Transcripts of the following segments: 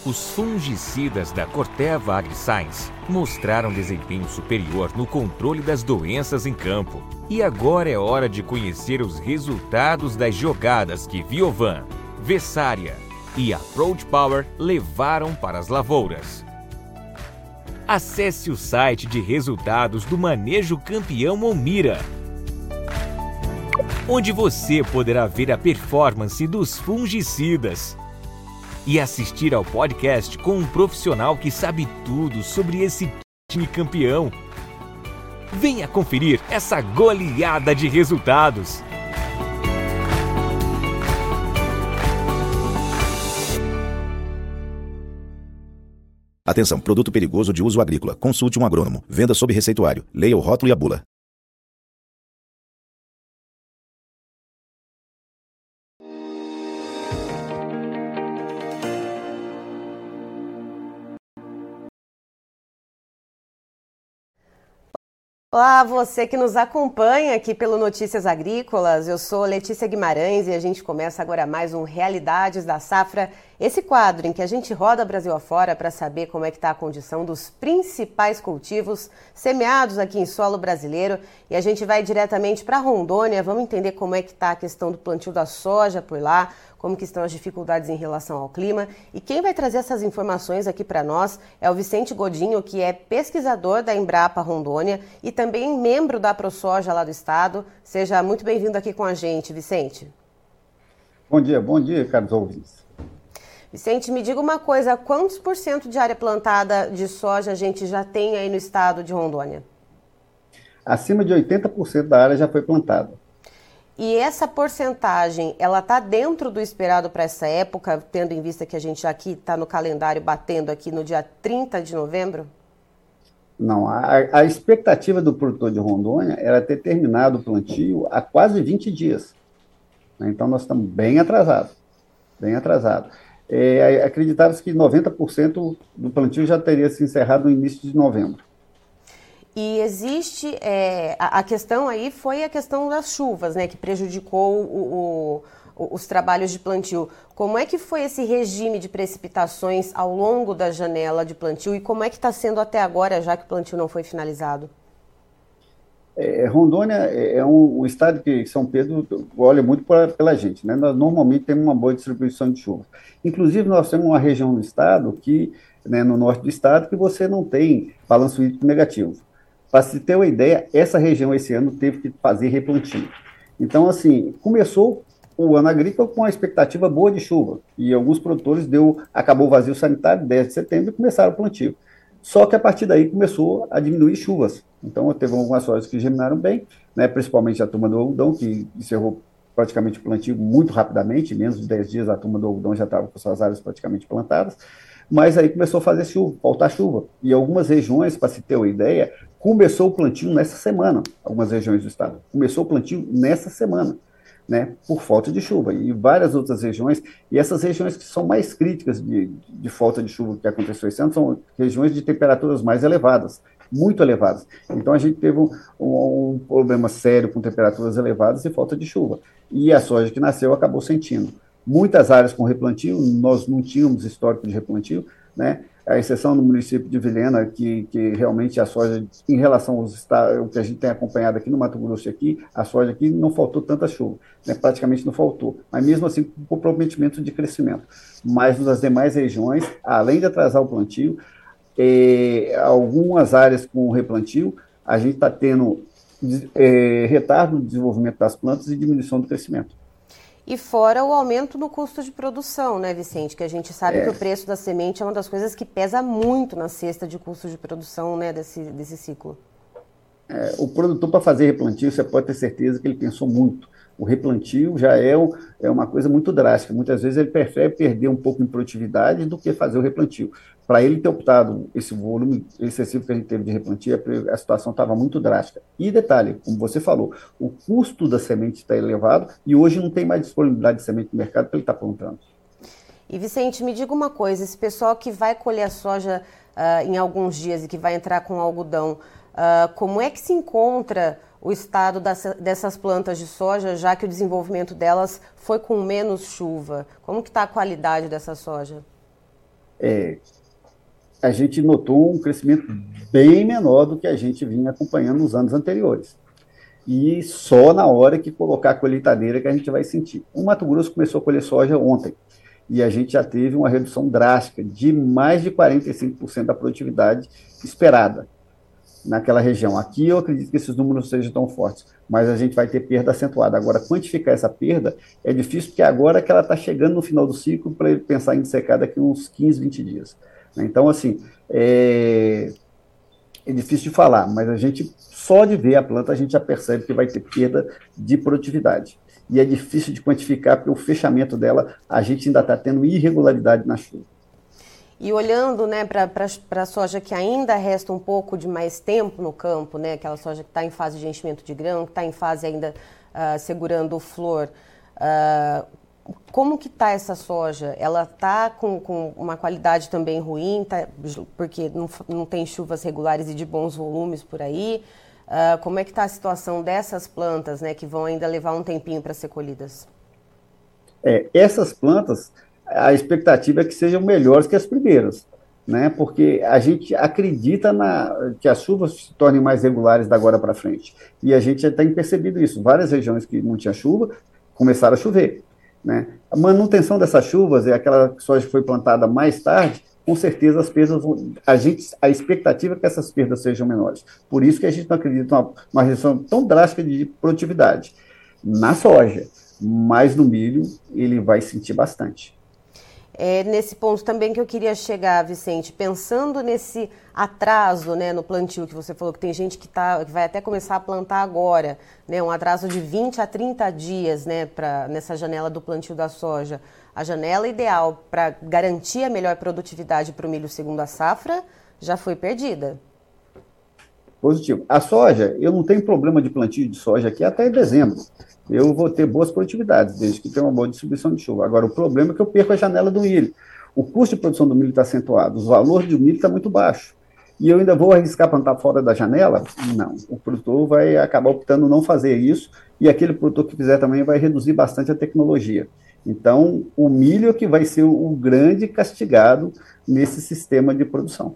Os fungicidas da Corteva AgriScience mostraram desempenho superior no controle das doenças em campo. E agora é hora de conhecer os resultados das jogadas que Viovan, Vessária e Approach Power levaram para as lavouras. Acesse o site de resultados do Manejo Campeão Monmira, onde você poderá ver a performance dos fungicidas e assistir ao podcast com um profissional que sabe tudo sobre esse time campeão. Venha conferir essa goleada de resultados. Atenção, produto perigoso de uso agrícola. Consulte um agrônomo. Venda sob receituário. Leia o rótulo e a bula. Olá, você que nos acompanha aqui pelo Notícias Agrícolas. Eu sou Letícia Guimarães e a gente começa agora mais um Realidades da Safra, esse quadro em que a gente roda Brasil afora para saber como é que está a condição dos principais cultivos semeados aqui em solo brasileiro. E a gente vai diretamente para Rondônia, vamos entender como é que está a questão do plantio da soja por lá, como que estão as dificuldades em relação ao clima. E quem vai trazer essas informações aqui para nós é o Vicente Godinho, que é pesquisador da Embrapa Rondônia e também membro da ProSoja lá do estado. Seja muito bem-vindo aqui com a gente, Vicente. Bom dia, caros ouvintes. Vicente, me diga uma coisa, quantos por cento de área plantada de soja a gente já tem aí no estado de Rondônia? Acima de 80% da área já foi plantada. E essa porcentagem, ela está dentro do esperado para essa época, tendo em vista que a gente aqui está no calendário batendo aqui no dia 30 de novembro? Não, a expectativa do produtor de Rondônia era ter terminado o plantio há quase 20 dias. Então nós estamos bem atrasados, bem atrasados. Acreditava-se que 90% do plantio já teria se encerrado no início de novembro. E existe, a questão aí foi a questão das chuvas, né, que prejudicou os trabalhos de plantio. Como é que foi esse regime de precipitações ao longo da janela de plantio e como é que está sendo até agora, já que o plantio não foi finalizado? Rondônia é um estado que São Pedro olha muito pela gente, né? Nós normalmente temos uma boa distribuição de chuva. Inclusive, nós temos uma região no estado, né, no norte do estado, que você não tem balanço hídrico negativo. Para se ter uma ideia, essa região esse ano teve que fazer replantio. Então, assim, começou o ano agrícola com uma expectativa boa de chuva, e alguns produtores acabou o vazio sanitário 10 de setembro e começaram o plantio. Só que a partir daí começou a diminuir chuvas. Então, teve algumas sojas que germinaram bem, né, principalmente a turma do algodão, que encerrou praticamente o plantio muito rapidamente, em menos de 10 dias a turma do algodão já estava com suas áreas praticamente plantadas, mas aí começou a fazer chuva, faltar chuva. E algumas regiões, para se ter uma ideia, começou o plantio nessa semana, algumas regiões do estado. Começou o plantio nessa semana, né, por falta de chuva. E várias outras regiões, e essas regiões que são mais críticas de falta de chuva que aconteceu esse ano, são regiões de temperaturas mais elevadas, muito elevadas. Então a gente teve um problema sério com temperaturas elevadas e falta de chuva. E a soja que nasceu acabou sentindo. Muitas áreas com replantio, nós não tínhamos histórico de replantio, né? A exceção do município de Vilhena, que realmente a soja, em relação aos estados, o que a gente tem acompanhado aqui no Mato Grosso aqui, a soja aqui não faltou tanta chuva, né? Praticamente não faltou, mas mesmo assim com comprometimento de crescimento. Mas nas demais regiões, além de atrasar o plantio, algumas áreas com replantio, a gente está tendo retardo no desenvolvimento das plantas e diminuição do crescimento. E fora o aumento no custo de produção, né, Vicente? Que a gente sabe que o preço da semente é uma das coisas que pesa muito na cesta de custo de produção, né, desse ciclo. O produtor, para fazer replantio, você pode ter certeza que ele pensou muito. O replantio já é uma coisa muito drástica. Muitas vezes ele prefere perder um pouco em produtividade do que fazer o replantio. Para ele ter optado esse volume excessivo que a gente teve de replantio, a situação estava muito drástica. E detalhe, como você falou, o custo da semente está elevado e hoje não tem mais disponibilidade de semente no mercado para ele estar plantando. E Vicente, me diga uma coisa, esse pessoal que vai colher a soja em alguns dias e que vai entrar com algodão, como é que se encontra o estado dessas plantas de soja, já que o desenvolvimento delas foi com menos chuva? Como que está a qualidade dessa soja? a gente notou um crescimento bem menor do que a gente vinha acompanhando nos anos anteriores. E só na hora que colocar a colheitadeira que a gente vai sentir. O Mato Grosso começou a colher soja ontem, e a gente já teve uma redução drástica de mais de 45% da produtividade esperada naquela região. Aqui eu acredito que esses números não sejam tão fortes, mas a gente vai ter perda acentuada. Agora, quantificar essa perda é difícil, porque agora que ela está chegando no final do ciclo, para ele pensar em secar daqui uns 15, 20 dias. Então, assim, é difícil de falar, mas a gente, só de ver a planta, a gente já percebe que vai ter perda de produtividade. E é difícil de quantificar, porque o fechamento dela, a gente ainda está tendo irregularidade na chuva. E olhando, né, para a soja que ainda resta um pouco de mais tempo no campo, né, aquela soja que está em fase de enchimento de grão, que está em fase ainda segurando flor, como que está essa soja? Ela está com uma qualidade também ruim, porque não tem chuvas regulares e de bons volumes por aí? Como é que está a situação dessas plantas, né, que vão ainda levar um tempinho para ser colhidas? Essas plantas, a expectativa é que sejam melhores que as primeiras, né? Porque a gente acredita que as chuvas se tornem mais regulares da agora para frente. E a gente já tem percebido isso. Várias regiões que não tinha chuva começaram a chover, né? A manutenção dessas chuvas, aquela soja que foi plantada mais tarde, com certeza as perdas a expectativa é que essas perdas sejam menores. Por isso que a gente não acredita numa redução tão drástica de produtividade na soja, mas no milho ele vai sentir bastante. É nesse ponto também que eu queria chegar, Vicente, pensando nesse atraso, né, no plantio, que você falou que tem gente que vai até começar a plantar agora, né, um atraso de 20 a 30 dias, né, nessa janela do plantio da soja. A janela ideal para garantir a melhor produtividade para o milho segundo a safra já foi perdida. Positivo. A soja, eu não tenho problema de plantio de soja aqui até dezembro. Eu vou ter boas produtividades, desde que tenha uma boa distribuição de chuva. Agora, o problema é que eu perco a janela do milho. O custo de produção do milho está acentuado, os valores do milho estão muito baixos. E eu ainda vou arriscar plantar fora da janela? Não. O produtor vai acabar optando não fazer isso, e aquele produtor que fizer também vai reduzir bastante a tecnologia. Então, o milho é que vai ser o grande castigado nesse sistema de produção.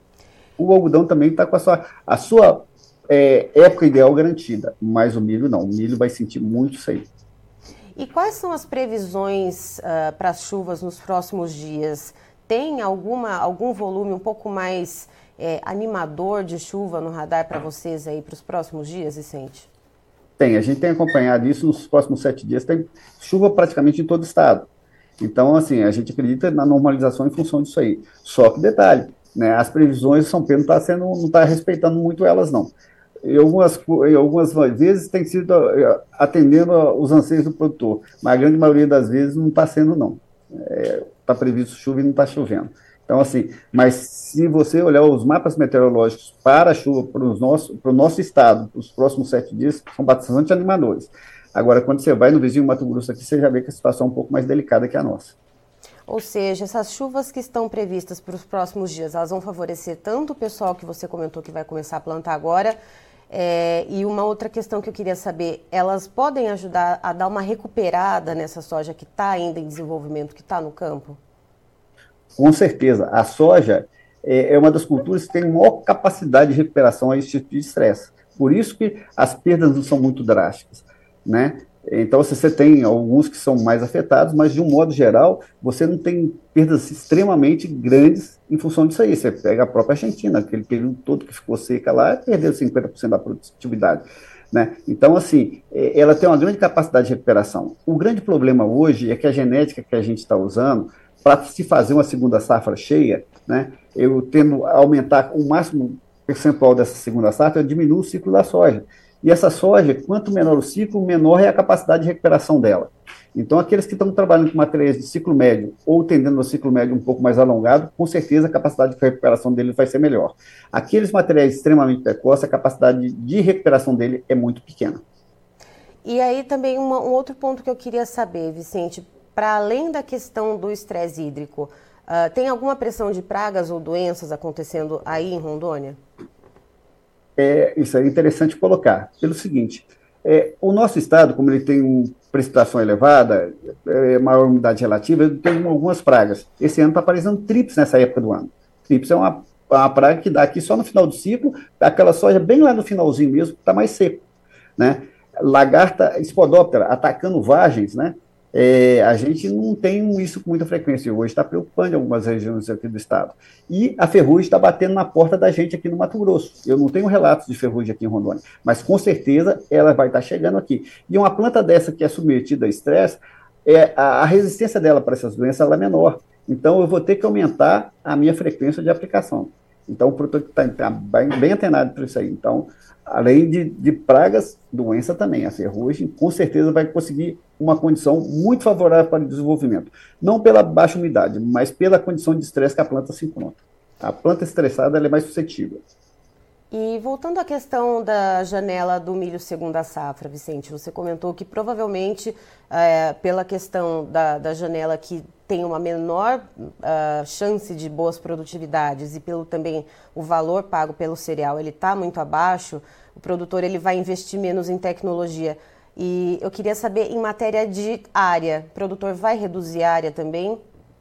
O algodão também está com a sua época ideal garantida, mas o milho não. O milho vai sentir muito isso aí. E quais são as previsões para as chuvas nos próximos dias? Tem algum volume um pouco mais animador de chuva no radar para vocês aí para os próximos dias, Vicente? Tem, a gente tem acompanhado isso nos próximos 7 dias, tem chuva praticamente em todo o estado. Então, assim, a gente acredita na normalização em função disso aí. Só que detalhe, né, as previsões São Pedro não está respeitando muito elas, não. E algumas vezes tem sido atendendo os anseios do produtor, mas a grande maioria das vezes não está sendo, não. Está previsto chuva e não está chovendo. Então, assim, mas se você olhar os mapas meteorológicos para a chuva, para o nosso estado, para os próximos 7 dias, são bastante animadores. Agora, quando você vai no vizinho Mato Grosso aqui, você já vê que a situação é um pouco mais delicada que a nossa. Ou seja, essas chuvas que estão previstas para os próximos dias, elas vão favorecer tanto o pessoal que você comentou que vai começar a plantar agora, e uma outra questão que eu queria saber, elas podem ajudar a dar uma recuperada nessa soja que está ainda em desenvolvimento, que está no campo? Com certeza. A soja é uma das culturas que tem maior capacidade de recuperação a esse tipo de estresse. Por isso que as perdas não são muito drásticas, né? Então, você tem alguns que são mais afetados, mas, de um modo geral, você não tem perdas extremamente grandes em função disso aí. Você pega a própria Argentina, aquele período todo que ficou seca lá, perdeu 50% da produtividade, né? Então, assim, ela tem uma grande capacidade de recuperação. O grande problema hoje é que a genética que a gente está usando, para se fazer uma segunda safra cheia, né, eu tendo a aumentar o máximo percentual dessa segunda safra, eu diminuo o ciclo da soja. E essa soja, quanto menor o ciclo, menor é a capacidade de recuperação dela. Então, aqueles que estão trabalhando com materiais de ciclo médio ou tendendo ao ciclo médio um pouco mais alongado, com certeza a capacidade de recuperação dele vai ser melhor. Aqueles materiais extremamente precoces, a capacidade de recuperação dele é muito pequena. E aí também um outro ponto que eu queria saber, Vicente, para além da questão do estresse hídrico, tem alguma pressão de pragas ou doenças acontecendo aí em Rondônia? Isso é interessante colocar. Pelo seguinte, o nosso estado, como ele tem precipitação elevada, maior umidade relativa, tem algumas pragas. Esse ano está aparecendo trips nessa época do ano. Trips é uma praga que dá aqui só no final do ciclo, aquela soja bem lá no finalzinho mesmo, que está mais seco, né? Lagarta espodóptera atacando vagens, né? A gente não tem isso com muita frequência. Hoje está preocupando em algumas regiões aqui do estado. E a ferrugem está batendo na porta da gente aqui no Mato Grosso. Eu não tenho relatos de ferrugem aqui em Rondônia, mas com certeza ela vai estar chegando aqui. E uma planta dessa que é submetida a estresse, a resistência dela para essas doenças ela é menor. Então eu vou ter que aumentar a minha frequência de aplicação. Então o produtor está bem antenado para isso aí. Então, além de pragas, doença também. A ferrugem, com certeza, vai conseguir uma condição muito favorável para o desenvolvimento. Não pela baixa umidade, mas pela condição de estresse que a planta se encontra. A planta estressada ela é mais suscetível. E voltando à questão da janela do milho segunda safra, Vicente, você comentou que provavelmente, pela questão da janela que tem uma menor chance de boas produtividades e pelo também o valor pago pelo cereal, ele está muito abaixo, o produtor ele vai investir menos em tecnologia. E eu queria saber, em matéria de área, o produtor vai reduzir a área também?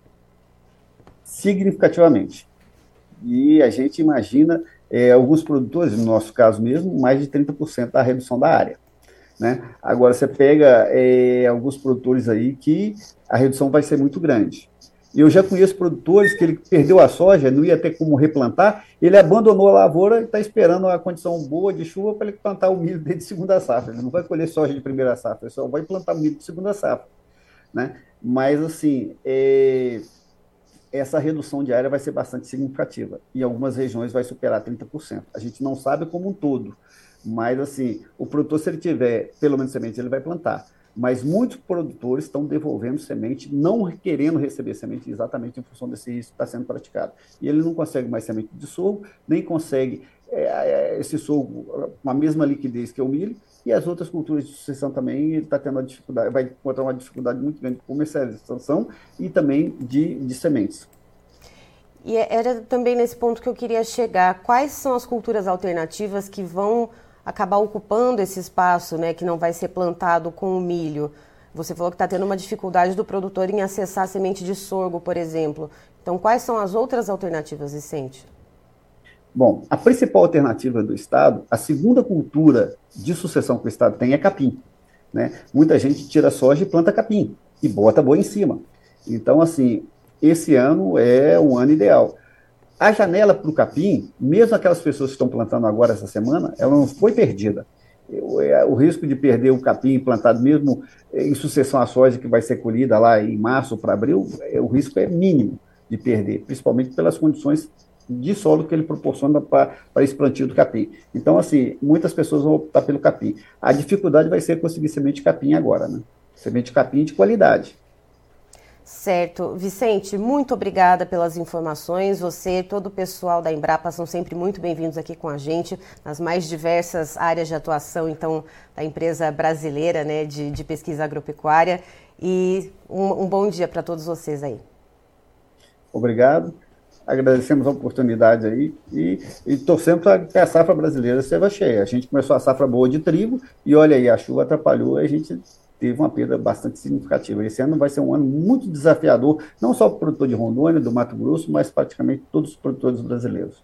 Significativamente. E a gente imagina, alguns produtores, no nosso caso mesmo, mais de 30% da redução da área, né? Agora, você pega alguns produtores aí que a redução vai ser muito grande. E eu já conheço produtores que ele perdeu a soja, não ia ter como replantar, ele abandonou a lavoura e está esperando a condição boa de chuva para ele plantar o milho dele de segunda safra. Ele não vai colher soja de primeira safra, ele só vai plantar milho de segunda safra, né? Mas, assim, essa redução de área vai ser bastante significativa. Em algumas regiões vai superar 30%. A gente não sabe como um todo, mas, assim, o produtor, se ele tiver pelo menos semente, ele vai plantar. Mas muitos produtores estão devolvendo semente, não querendo receber semente exatamente em função desse risco que está sendo praticado. E ele não consegue mais semente de sorgo, nem consegue esse sorgo com a mesma liquidez que é o milho, e as outras culturas de sucessão também está tendo uma dificuldade, vai encontrar uma dificuldade muito grande de comercialização e também de sementes. E era também nesse ponto que eu queria chegar. Quais são as culturas alternativas que vão acabar ocupando esse espaço, né, que não vai ser plantado com o milho? Você falou que está tendo uma dificuldade do produtor em acessar a semente de sorgo, por exemplo. Então, quais são as outras alternativas, Vicente? Bom, a principal alternativa do Estado, a segunda cultura de sucessão que o Estado tem é capim, né? Muita gente tira soja e planta capim e bota boi em cima. Então, assim, esse ano é um ano ideal. A janela para o capim, mesmo aquelas pessoas que estão plantando agora essa semana, ela não foi perdida. O risco de perder o capim plantado mesmo em sucessão à soja que vai ser colhida lá em março para abril, o risco é mínimo de perder, principalmente pelas condições de solo que ele proporciona para esse plantio do capim. Então, assim, muitas pessoas vão optar pelo capim. A dificuldade vai ser conseguir semente de capim agora, né? Semente de capim de qualidade. Certo. Vicente, muito obrigada pelas informações. Você e todo o pessoal da Embrapa são sempre muito bem-vindos aqui com a gente, nas mais diversas áreas de atuação, então, da empresa brasileira, né, de pesquisa agropecuária. E um bom dia para todos vocês aí. Obrigado. Agradecemos a oportunidade aí e torcemos para que a safra brasileira seja cheia. A gente começou a safra boa de trigo e olha aí, a chuva atrapalhou e a gente teve uma perda bastante significativa. Esse ano vai ser um ano muito desafiador, não só para o produtor de Rondônia, do Mato Grosso, mas praticamente todos os produtores brasileiros.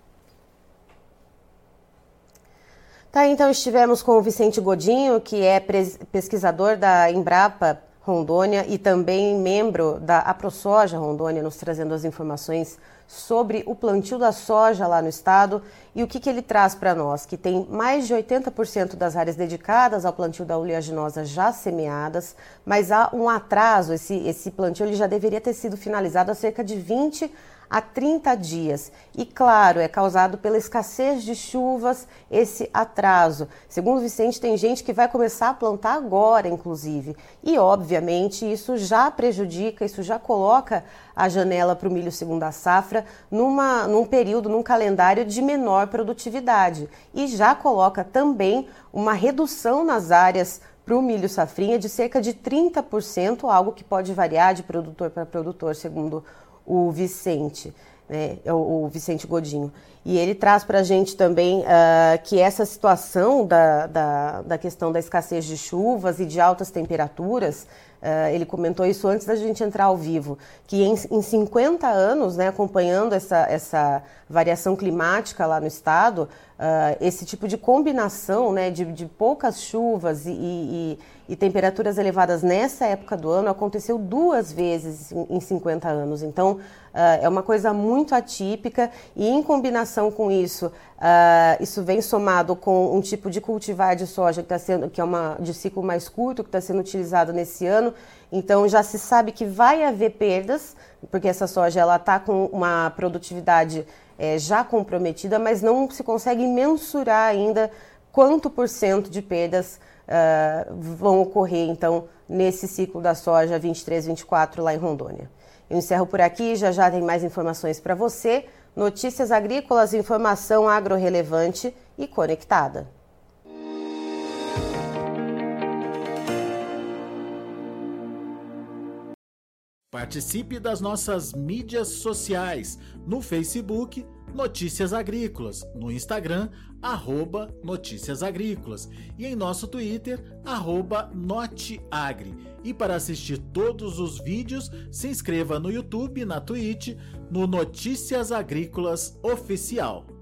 Tá, então estivemos com o Vicente Godinho, que é pesquisador da Embrapa Rondônia e também membro da AproSoja Rondônia, nos trazendo as informações sobre o plantio da soja lá no estado e o que ele traz para nós, que tem mais de 80% das áreas dedicadas ao plantio da oleaginosa já semeadas, mas há um atraso, esse plantio ele já deveria ter sido finalizado há cerca de 20 a 30 dias. E claro, é causado pela escassez de chuvas esse atraso. Segundo o Vicente, tem gente que vai começar a plantar agora, inclusive. E, obviamente, isso já prejudica, isso já coloca a janela para o milho segunda safra num período, num calendário de menor produtividade. E já coloca também uma redução nas áreas para o milho safrinha de cerca de 30%, algo que pode variar de produtor para produtor, segundo o Vicente. né, o Vicente Godinho. E ele traz para a gente também que essa situação da questão da escassez de chuvas e de altas temperaturas, ele comentou isso antes da gente entrar ao vivo, que em 50 anos, né, acompanhando essa variação climática lá no estado, esse tipo de combinação, né, de poucas chuvas e temperaturas elevadas nessa época do ano aconteceu 2 vezes em 50 anos. Então, é uma coisa muito atípica e, em combinação com isso, isso vem somado com um tipo de cultivar de soja que é de ciclo mais curto, que está sendo utilizado nesse ano. Então, já se sabe que vai haver perdas, porque essa soja está com uma produtividade já comprometida, mas não se consegue mensurar ainda quanto % de perdas vão ocorrer, então, nesse ciclo da soja 23-24 lá em Rondônia. Eu encerro por aqui, já tem mais informações para você. Notícias agrícolas, informação agro-relevante e conectada. Participe das nossas mídias sociais, no Facebook, Notícias Agrícolas, no Instagram, @Notícias Agrícolas e em nosso Twitter, @Noteagri. E para assistir todos os vídeos, se inscreva no YouTube, na Twitch, no Notícias Agrícolas Oficial.